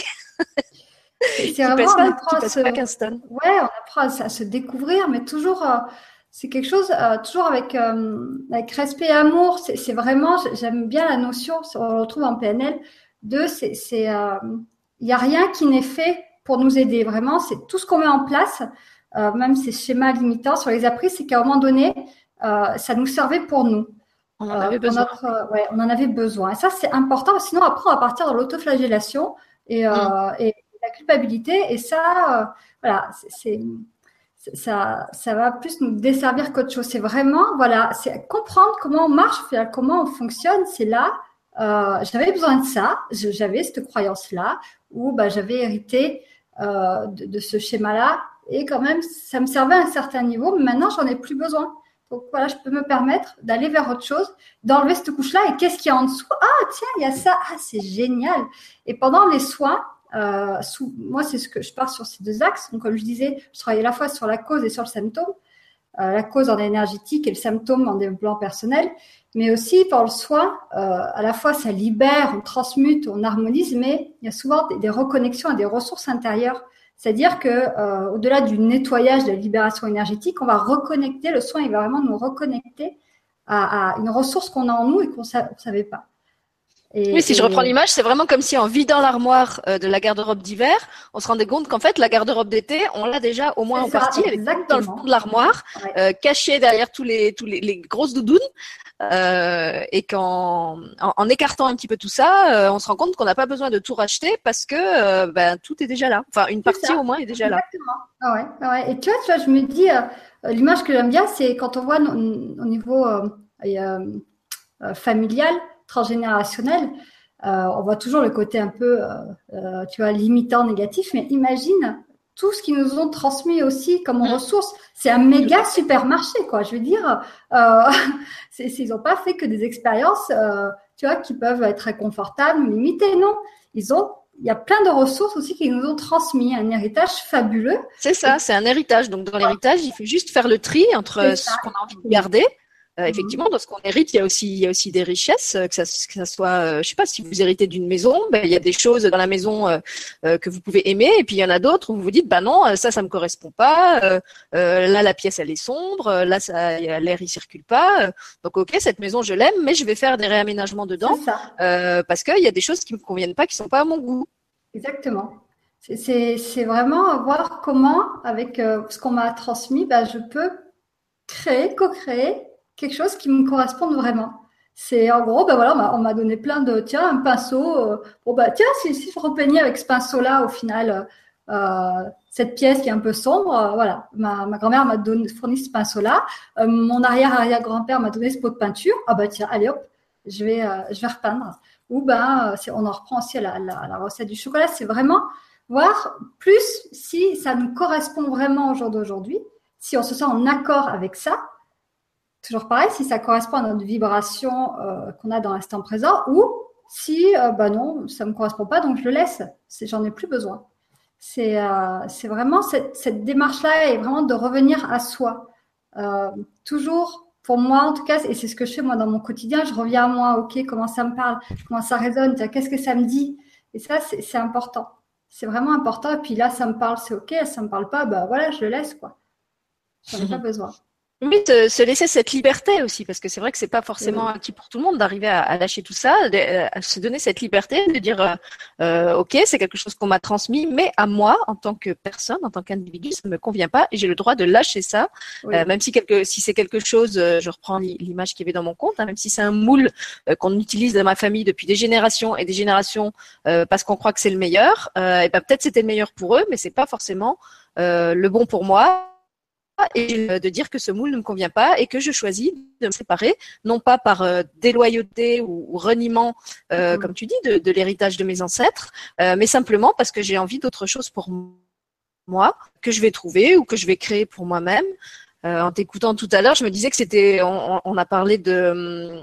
C'est c'est qui vraiment, pèsent on pas, apprend qui à pèsent se, pas quinze tonnes. ouais, on apprend à, se à se découvrir, mais toujours, euh, c'est quelque chose, euh, toujours avec, euh, avec respect et amour. C'est c'est vraiment, j'aime bien la notion, on le retrouve en P N L, de, c'est, c'est, euh, il n'y a rien qui n'est fait pour nous aider. Vraiment, c'est tout ce qu'on met en place, euh, même ces schémas limitants sur les appris, c'est qu'à un moment donné, euh, ça nous servait pour nous. On en Euh, avait pour besoin. notre, euh, ouais, on en avait besoin. Et ça, c'est important. Sinon, après, on va partir dans l'autoflagellation et, euh, Mm. et la culpabilité. Et ça, euh, voilà, c'est, c'est- ça, ça va plus nous desservir qu'autre chose. C'est vraiment, voilà, c'est comprendre comment on marche, comment on fonctionne. C'est là, euh, j'avais besoin de ça. Je- J'avais cette croyance-là où bah, j'avais hérité euh, de, de ce schéma-là. Et quand même, ça me servait à un certain niveau. Mais maintenant, j'en ai plus besoin. Donc voilà, je peux me permettre d'aller vers autre chose, d'enlever cette couche-là. Et qu'est-ce qu'il y a en dessous? Ah, tiens, il y a ça. Ah, c'est génial. Et pendant les soins, euh, sous, moi, c'est ce que je pars sur ces deux axes. Donc, comme je disais, je travaille à la fois sur la cause et sur le symptôme. Euh, la cause en énergétique et le symptôme en développement personnel. Mais aussi, par le soin, euh, à la fois, ça libère, on transmute, on harmonise, mais il y a souvent des, des reconnexions à des ressources intérieures. C'est-à-dire que euh, au-delà du nettoyage, de la libération énergétique, on va reconnecter, le soin, il va vraiment nous reconnecter à, à une ressource qu'on a en nous et qu'on ne savait pas. Oui, si je Et, reprends et l'image, c'est vraiment comme si en vidant l'armoire euh, de la garde-robe d'hiver, on se rendait compte qu'en fait, la garde-robe d'été, on l'a déjà au moins c'est en ça, partie, elle est dans le fond exactement. de l'armoire, Ouais. euh, cachée derrière tous les, tous les, les grosses doudounes, euh, et qu'en en, en écartant un petit peu tout ça, euh, on se rend compte qu'on n'a pas besoin de tout racheter parce que euh, ben, tout est déjà là. Enfin, une C'est partie ça, au moins est déjà là. exactement. Ah ouais, ah ouais. Et tu vois, tu vois, je me dis, euh, euh, l'image que j'aime bien, c'est quand on voit no- au niveau euh, euh, euh, familial, transgénérationnel, euh, on voit toujours le côté un peu, euh, euh, tu vois, limitant, négatif, mais imagine tout ce qu'ils nous ont transmis aussi comme Mmh, ressources. C'est un tout méga à fait. supermarché, quoi. Je veux dire, euh, c'est, c'est- ils n'ont pas fait que des expériences, euh, tu vois, qui peuvent être réconfortables, limitées, non. Ils ont, il y a plein de ressources aussi qu'ils nous ont transmis, un héritage fabuleux. C'est Et ça, c'est un héritage. Donc dans l'héritage, il faut juste faire le tri entre c'est euh, ça, ce qu'on a envie de exactement. garder. Euh, Mhm. effectivement, dans ce qu'on hérite, il y a aussi, il y a aussi des richesses, euh, que ça, que ça soit, euh, je sais pas, si vous héritez d'une maison, ben, il y a des choses dans la maison euh, euh, que vous pouvez aimer, et puis il y en a d'autres où vous vous dites, bah non, euh, ça, ça me correspond pas. Euh, euh, là, la pièce, elle est sombre. euh, Là, ça, y a- l'air, il circule pas. euh, Donc, ok, cette maison, je l'aime, mais je vais faire des réaménagements C'est dedans ça. euh, parce qu'il y a des choses qui me conviennent pas, qui sont pas à mon goût. Exactement. C'est c'est- c'est vraiment voir comment, avec euh, ce qu'on m'a transmis, bah, je peux créer, co-créer quelque chose qui me corresponde vraiment. C'est en gros, ben voilà, on m'a on m'a donné plein de, tiens, un pinceau. euh, bon, bah, tiens, si, si je repeignais avec ce pinceau-là, au final, euh, cette pièce qui est un peu sombre, euh, voilà, ma, ma grand-mère m'a donné, fourni ce pinceau-là. Euh, mon arrière-arrière-grand-père m'a donné ce pot de peinture. Ah, bah, tiens, allez hop, je vais, euh, je vais repeindre. Ou ben, euh, on en reprend aussi à la, la, la recette du chocolat. C'est vraiment voir plus si ça nous correspond vraiment au jour d'aujourd'hui, si on se sent en accord avec ça. Toujours pareil, si ça correspond à notre vibration euh, qu'on a dans l'instant présent, ou si, euh, bah non, ça ne me correspond pas, donc je le laisse. C'est, j'en ai plus besoin. C'est, euh, c'est vraiment cette, cette démarche-là est vraiment de revenir à soi. Euh, toujours, pour moi en tout cas, et c'est ce que je fais moi dans mon quotidien, je reviens à moi, ok, comment ça me parle, comment ça résonne, qu'est-ce que ça me dit. Et ça, c'est, c'est important. C'est vraiment important. Et puis là, ça me parle, c'est ok, ça me parle pas, bah voilà, je le laisse, quoi. J'en ai pas besoin. Oui, se, se laisser cette liberté aussi, parce que c'est vrai que c'est pas forcément Oui. acquis pour tout le monde d'arriver à, à lâcher tout ça, de, à se donner cette liberté de dire, euh, euh, ok, c'est quelque chose qu'on m'a transmis, mais à moi, en tant que personne, en tant qu'individu, ça ne me convient pas, et j'ai le droit de lâcher ça, Oui. euh, même si quelque, si c'est quelque chose, euh, je reprends l'image qui avait dans mon compte, hein, même si c'est un moule euh, qu'on utilise dans ma famille depuis des générations et des générations, euh, parce qu'on croit que c'est le meilleur, euh, et ben peut-être c'était le meilleur pour eux, mais c'est pas forcément euh, le bon pour moi. Et de dire que ce moule ne me convient pas et que je choisis de me séparer, non pas par euh, déloyauté ou, ou reniement, euh, mmh. comme tu dis, de, de l'héritage de mes ancêtres, euh, mais simplement parce que j'ai envie d'autre chose pour moi, que je vais trouver ou que je vais créer pour moi-même. Euh, en t'écoutant tout à l'heure, je me disais que c'était, on, on a parlé de,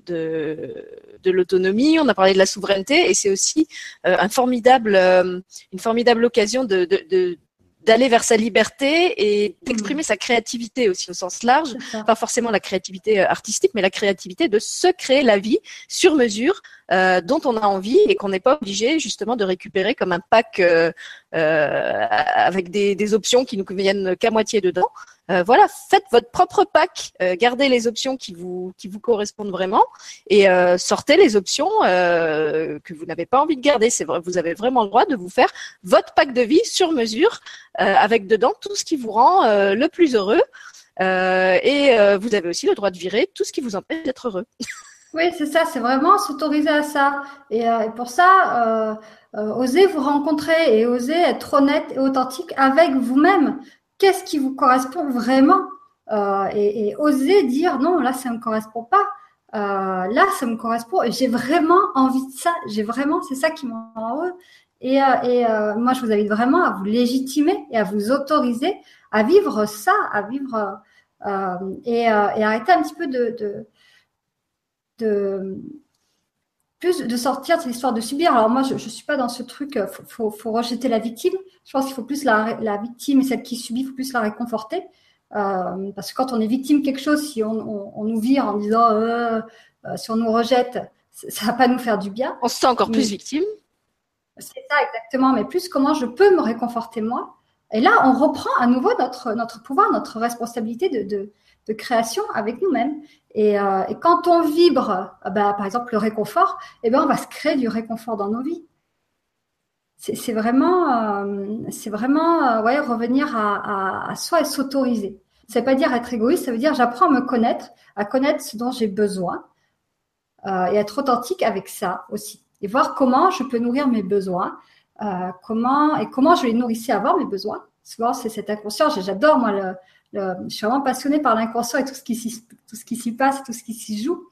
de, de l'autonomie, on a parlé de la souveraineté, et c'est aussi euh, un formidable, euh, une formidable occasion de, de, de d'aller vers sa liberté et d'exprimer mmh. sa créativité aussi au sens large, pas forcément la créativité artistique, mais la créativité de se créer la vie sur mesure euh, dont on a envie et qu'on n'est pas obligé justement de récupérer comme un pack euh, euh, avec des, des options qui nous conviennent qu'à moitié dedans. Euh, voilà, faites votre propre pack, euh, gardez les options qui vous qui vous correspondent vraiment et euh, sortez les options euh, que vous n'avez pas envie de garder. C'est vrai, vous avez vraiment le droit de vous faire votre pack de vie sur mesure euh, avec dedans tout ce qui vous rend euh, le plus heureux euh, et euh, vous avez aussi le droit de virer tout ce qui vous empêche d'être heureux. Oui, c'est ça, c'est vraiment s'autoriser à ça. Et, euh, et pour ça, euh, euh, osez vous rencontrer et osez être honnête et authentique avec vous-même. Qu'est-ce qui vous correspond vraiment euh, et, et osez dire non, là, ça me correspond pas. Euh, là, ça me correspond et j'ai vraiment envie de ça. J'ai vraiment, c'est ça qui me rend heureux. Et, euh, et euh, moi, je vous invite vraiment à vous légitimer et à vous autoriser à vivre ça, à vivre euh, et, euh, et arrêter un petit peu de, de de plus de sortir de cette histoire de subir. Alors moi, je ne suis pas dans ce truc, il faut, faut, faut rejeter la victime. Je pense qu'il faut plus la, la victime et celle qui subit, il faut plus la réconforter. Euh, parce que quand on est victime de quelque chose, si on, on, on nous vire en disant euh, euh, si on nous rejette, ça ne va pas nous faire du bien. On se sent encore mais, plus victime. C'est ça exactement, mais plus comment je peux me réconforter moi. Et là, on reprend à nouveau notre, notre pouvoir, notre responsabilité de, de, de création avec nous-mêmes. Et, euh, et quand on vibre, bah, par exemple, le réconfort, eh ben, on va se créer du réconfort dans nos vies. C'est, c'est vraiment, euh, c'est vraiment euh, ouais, revenir à, à, à soi et s'autoriser. Ça ne veut pas dire être égoïste, ça veut dire j'apprends à me connaître, à connaître ce dont j'ai besoin euh, et être authentique avec ça aussi. Et voir comment je peux nourrir mes besoins, euh, comment et comment je les nourrissais avant mes besoins. Souvent, c'est cet inconscient. J'adore, moi, le, le, je suis vraiment passionnée par l'inconscient et tout ce qui s'y, tout ce qui s'y passe, tout ce qui s'y joue.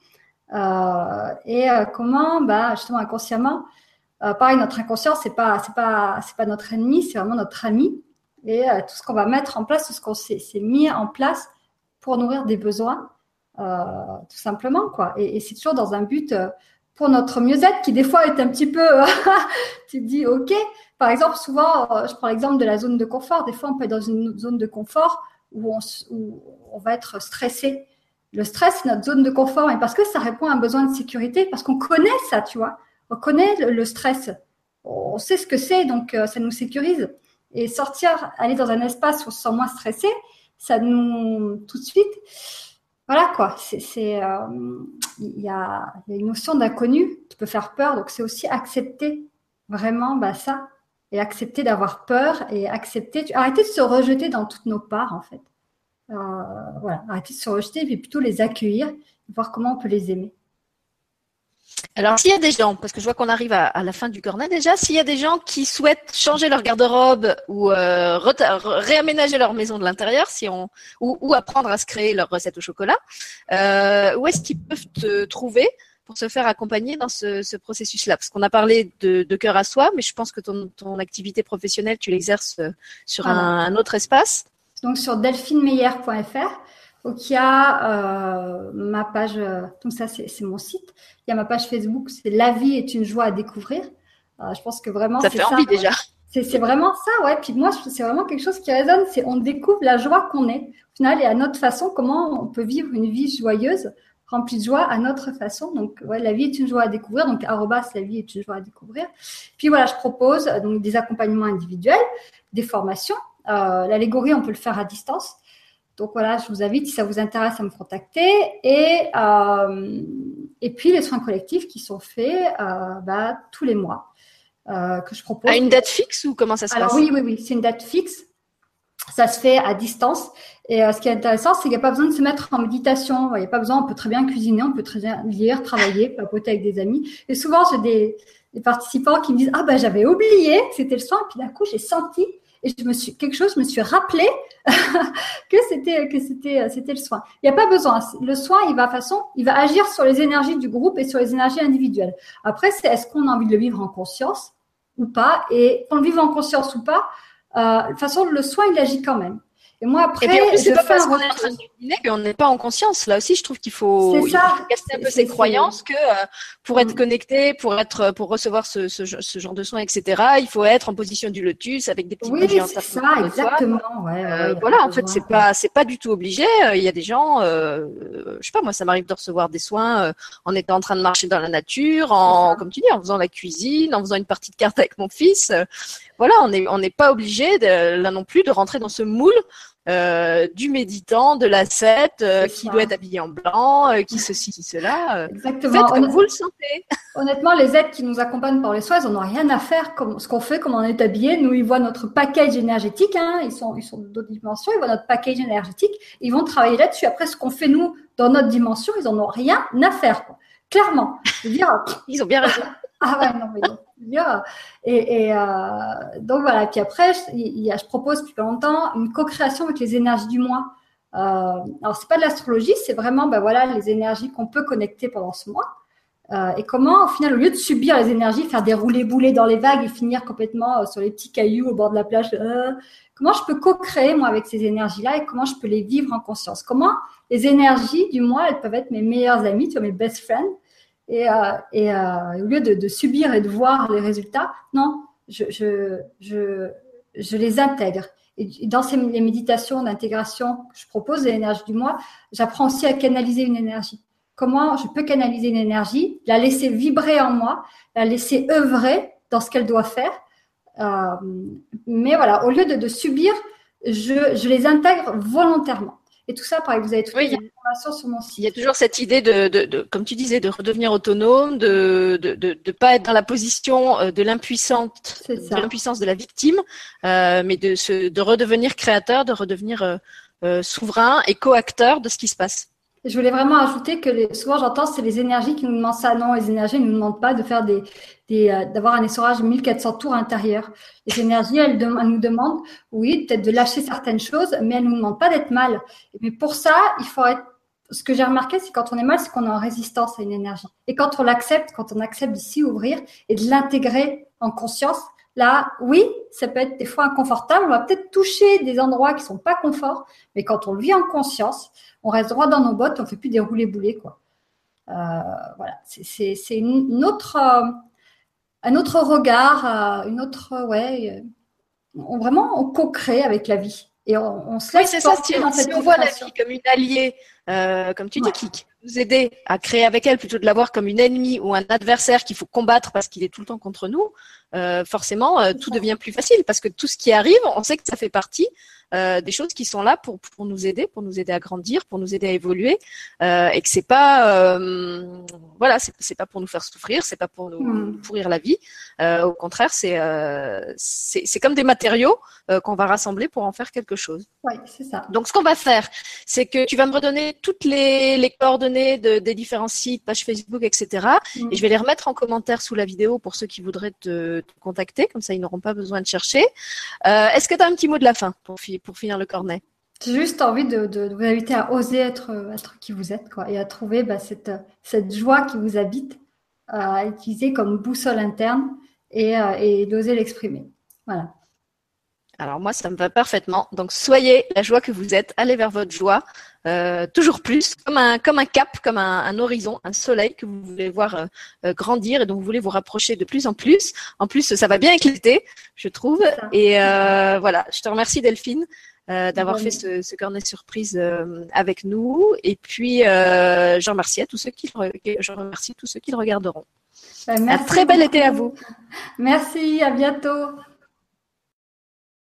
Euh, et euh, comment, bah, justement, inconsciemment, euh, pareil, notre inconscient, c'est pas, c'est pas, c'est pas notre ennemi, c'est vraiment notre ami. Et euh, tout ce qu'on va mettre en place, tout ce qu'on s'est, s'est mis en place pour nourrir des besoins, euh, tout simplement, quoi. Et, et c'est toujours dans un but euh, pour notre mieux-être, qui des fois est un petit peu, tu te dis, ok. Par exemple, souvent, euh, je prends l'exemple de la zone de confort. Des fois, on peut être dans une zone de confort où on, où on va être stressé. Le stress, c'est notre zone de confort, et parce que ça répond à un besoin de sécurité, parce qu'on connaît ça, tu vois. On connaît le, le stress. On sait ce que c'est, donc euh, ça nous sécurise. Et sortir, aller dans un espace où on se sent moins stressé, ça nous, tout de suite, voilà quoi. C'est, c'est, euh, il y a, il y a une notion d'inconnu qui peut faire peur, donc c'est aussi accepter vraiment bah, ça, et accepter d'avoir peur, et accepter, arrêter de se rejeter dans toutes nos parts en fait. Euh, voilà, arrêter de se rejeter, et puis plutôt les accueillir, voir comment on peut les aimer. Alors, s'il y a des gens, parce que je vois qu'on arrive à, à la fin du cornet déjà, s'il y a des gens qui souhaitent changer leur garde-robe ou euh, reta- réaménager leur maison de l'intérieur, si on ou, ou apprendre à se créer leur recette au chocolat, euh, où est-ce qu'ils peuvent te trouver pour se faire accompagner dans ce, ce processus-là? Parce qu'on a parlé de, de cœur à soi, mais je pense que ton, ton activité professionnelle, tu l'exerces sur Voilà. un, un autre espace. Donc, sur delphine meyer point f r. Donc, il y a euh, ma page, euh, donc ça, c'est, c'est mon site. Il y a ma page Facebook, c'est La vie est une joie à découvrir. Euh, je pense que vraiment, ça c'est fait ça. envie déjà. C'est, c'est vraiment ça, ouais. Puis moi, je- c'est vraiment quelque chose qui résonne. C'est on découvre la joie qu'on est. Au final, et à notre façon, comment on peut vivre une vie joyeuse, remplie de joie à notre façon. Donc, ouais, la vie est une joie à découvrir. Donc, arrobas, la vie est une joie à découvrir. Puis voilà, je propose euh, donc des accompagnements individuels, des formations. Euh, l'allégorie, on peut le faire à distance. Donc voilà, je vous invite, si ça vous intéresse, à me contacter. Et, euh, et puis les soins collectifs qui sont faits euh, bah, tous les mois, euh, que je À propose. une date fixe ou comment ça se Alors passe? oui, oui, oui, c'est une date fixe. Ça se fait à distance. Et euh, ce qui est intéressant, c'est qu'il n'y a pas besoin de se mettre en méditation. Il n'y a pas besoin, on peut très bien cuisiner, on peut très bien lire, travailler, papoter avec des amis. Et souvent, j'ai des, des participants qui me disent, ah ben j'avais oublié que c'était le soin. Et puis d'un coup, j'ai senti et je me suis quelque chose, je me suis rappelé que c'était que c'était c'était le soin. Il n'y a pas besoin. Le soin, il va façon, il va agir sur les énergies du groupe et sur les énergies individuelles. Après, c'est est-ce qu'on a envie de le vivre en conscience ou pas? Et qu'on le vive en conscience ou pas, euh, de toute façon, le soin, il agit quand même. Et moi, après, Et puis en plus, c'est je pas fais parce un qu'on est en train de cuisiner qu'on n'est pas en conscience. Là aussi, je trouve qu'il C'est faut, il ça. faut casser un peu C'est, ses c'est, croyances que euh, pour être c'est... connecté, pour être, pour recevoir ce, ce, ce genre de soins, et cetera, il faut être en position du lotus avec des petites Oui, bougies en c'est tapant ça, autour de soi. exactement. Ouais, ouais, ouais, Euh, il n'y a pas voilà, en fait, besoin. c'est pas, c'est pas du tout obligé. Euh, Il y a des gens, euh, euh, je sais pas, moi, ça m'arrive de recevoir des soins euh, en étant en train de marcher dans la nature, C'est en, ça. comme tu dis, en faisant la cuisine, en faisant une partie de cartes avec mon fils. Euh, voilà, on n'est, on n'est pas obligé de, là non plus de rentrer dans ce moule euh, du méditant, de l'ascète, euh, C'est qui doit ça. être habillé en blanc, euh, qui ceci, qui cela. Euh, Exactement. faites comme Honn- vous le sentez. Honnêtement, les aides qui nous accompagnent par les soins, ils n'en ont rien à faire comme ce qu'on fait, comment on est habillé. Nous, ils voient notre package énergétique, hein, ils sont, ils sont d'autres dimensions, ils voient notre package énergétique, ils vont travailler là-dessus. Après, ce qu'on fait nous dans notre dimension, ils n'en ont rien à faire, quoi. Clairement. Je veux dire, Ils ont bien raison. ah ouais, non, mais non. Je veux dire, et, et euh, donc voilà. Puis après, je, il y a, je propose depuis pas longtemps une co-création avec les énergies du mois. Euh, alors, c'est pas de l'astrologie, c'est vraiment, ben voilà, les énergies qu'on peut connecter pendant ce mois. Euh, et comment, au final, au lieu de subir les énergies, faire des roulés-boulés dans les vagues et finir complètement euh, sur les petits cailloux au bord de la plage, euh, comment je peux co-créer, moi, avec ces énergies-là et comment je peux les vivre en conscience? Comment les énergies du moi, elles peuvent être mes meilleures amies, tu vois, mes best friends. Et, euh, et euh, au lieu de, de subir et de voir les résultats, non, je, je, je, je les intègre. Et dans ces les méditations d'intégration que je propose, les énergies du moi, j'apprends aussi à canaliser une énergie. Comment je peux canaliser une énergie, la laisser vibrer en moi, la laisser œuvrer dans ce qu'elle doit faire. Euh, mais voilà, au lieu de, de subir, je, je les intègre volontairement. Et tout ça, pareil, vous avez toutes les Oui, informations sur mon il y a site. toujours cette idée de, de, de comme tu disais, de redevenir autonome, de de, de, de pas être dans la position euh, de l'impuissante, C'est de ça. l'impuissance de la victime, euh, mais de se, de redevenir créateur, de redevenir euh, euh, souverain et co-acteur de ce qui se passe. Je voulais vraiment ajouter que les, souvent j'entends c'est les énergies qui nous demandent ça. Non, les énergies ne nous demandent pas de faire des, des euh, d'avoir un essorage de mille quatre cents tours intérieurs. Les énergies, elles, de, elles nous demandent, oui, peut-être de lâcher certaines choses, mais elles nous demandent pas d'être mal. Mais pour ça, il faut être. Ce que j'ai remarqué, c'est quand on est mal, c'est qu'on est en résistance à une énergie. Et quand on l'accepte, quand on accepte de s'y ouvrir et de l'intégrer en conscience, là, oui, ça peut être des fois inconfortable. On va peut-être toucher des endroits qui sont pas confort, mais quand on le vit en conscience, on reste droit dans nos bottes, on fait plus des roulés-boulés, quoi. Euh, voilà, c'est, c'est, c'est une autre, euh, un autre regard, euh, une autre, ouais, euh, on, vraiment, on co-crée avec la vie et on, on se Oui, laisse c'est ça. Si porter on, dans si cette on voit la co-création. vie comme une alliée, euh, comme tu dis, Ouais, qui, qui peut nous aider à créer avec elle, plutôt de la voir comme une ennemie ou un adversaire qu'il faut combattre parce qu'il est tout le temps contre nous, euh, forcément, euh, tout ça. devient plus facile parce que tout ce qui arrive, on sait que ça fait partie euh, des choses qui sont là pour, pour nous aider, pour nous aider à grandir, pour nous aider à évoluer, euh, et que c'est pas, euh, voilà, c'est, c'est pas pour nous faire souffrir, c'est pas pour nous, Hmm. nous pourrir la vie. Euh, au contraire, c'est, euh, c'est, c'est comme des matériaux euh, qu'on va rassembler pour en faire quelque chose. Ouais, c'est ça. Donc, ce qu'on va faire, c'est que tu vas me redonner toutes les, les coordonnées de, des différents sites, pages Facebook, et cetera. Hmm. Et je vais les remettre en commentaire sous la vidéo pour ceux qui voudraient te, te contacter. Comme ça, ils n'auront pas besoin de chercher. Euh, est-ce que tu as un petit mot de la fin pour, fi- pour finir le cornet? J'ai juste envie de, de, de vous inviter à oser être, être qui vous êtes, quoi, et à trouver bah, cette, cette joie qui vous habite, euh, à utiliser comme boussole interne et, euh, et d'oser l'exprimer. Voilà. Alors moi, ça me va parfaitement. Donc soyez la joie que vous êtes, allez vers votre joie, euh, toujours plus, comme un comme un cap, comme un, un horizon, un soleil que vous voulez voir euh, euh, grandir et dont vous voulez vous rapprocher de plus en plus. En plus, ça va bien avec l'été, je trouve. Et euh, voilà, je te remercie Delphine euh, d'avoir fait ce, ce cornet surprise euh, avec nous. Et puis, euh, je remercie à tous ceux qui le, je remercie tous ceux qui le regarderont. Merci Un très bel beaucoup. été à vous. Merci, à bientôt.